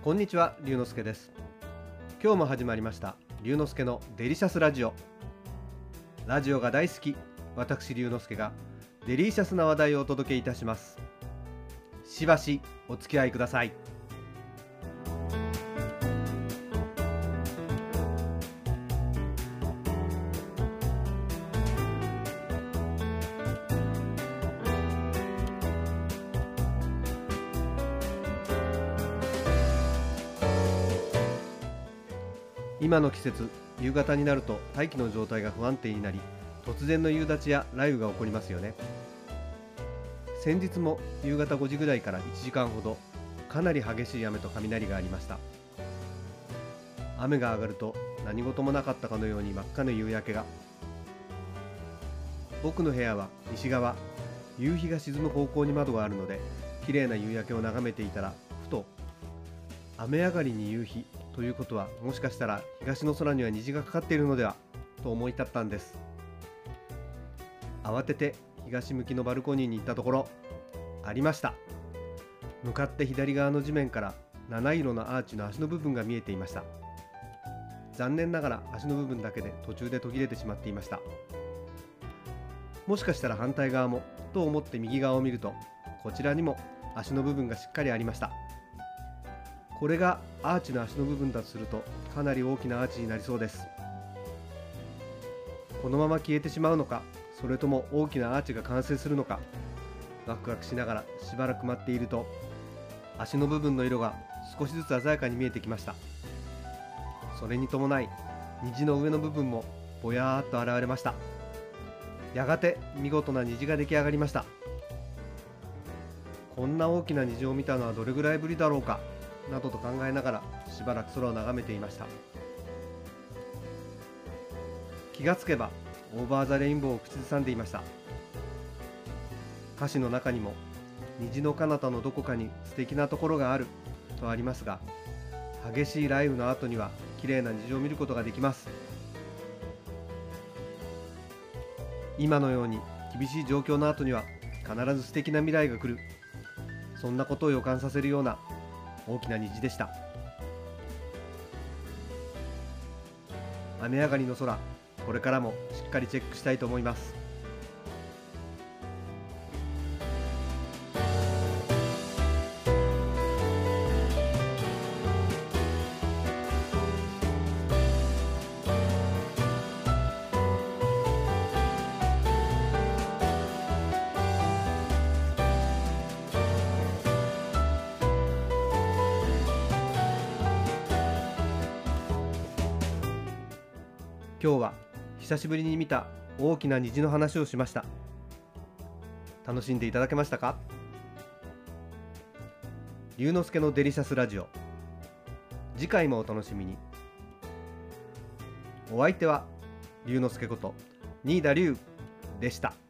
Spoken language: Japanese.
こんにちは、龍之介です。今日も始まりました龍之介のデリシャスラジオ。ラジオが大好き、私龍之介がデリシャスな話題をお届けいたします。しばしお付き合いください。今の季節、夕方になると大気の状態が不安定になり、突然の夕立や雷雨が起こりますよね。先日も夕方5時ぐらいから1時間ほど、かなり激しい雨と雷がありました。雨が上がると何事もなかったかのように真っ赤な夕焼けが。僕の部屋は西側、夕日が沈む方向に窓があるので、綺麗な夕焼けを眺めていたら、ふと雨上がりに夕日ということは、もしかしたら東の空には虹がかかっているのではと思い立ったんです。慌てて東向きのバルコニーに行ったところ、ありました。向かって左側の地面から七色のアーチの足の部分が見えていました。残念ながら足の部分だけで途中で途切れてしまっていました。もしかしたら反対側もと思って右側を見ると、こちらにも足の部分がしっかりありました。これがアーチの足の部分だとすると、かなり大きなアーチになりそうです。このまま消えてしまうのか、それとも大きなアーチが完成するのか、ワクワクしながらしばらく待っていると、足の部分の色が少しずつ鮮やかに見えてきました。それに伴い、虹の上の部分もぼやーっと現れました。やがて見事な虹が出来上がりました。こんな大きな虹を見たのはどれぐらいぶりだろうかなどと考えながら、しばらく空を眺めていました。気がつけばオーバーザレインボーを口ずさんでいました。歌詞の中にも、虹の彼方のどこかに素敵なところがあるとありますが、激しい雷雨の後には綺麗な虹を見ることができます。今のように厳しい状況の後には必ず素敵な未来が来る、そんなことを予感させるような大きな虹でした。雨上がりの空、これからもしっかりチェックしたいと思います。今日は久しぶりに見た大きな虹の話をしました。楽しんでいただけましたか？龍之介のデリシャスラジオ、次回もお楽しみに。お相手は龍之介こと新田龍でした。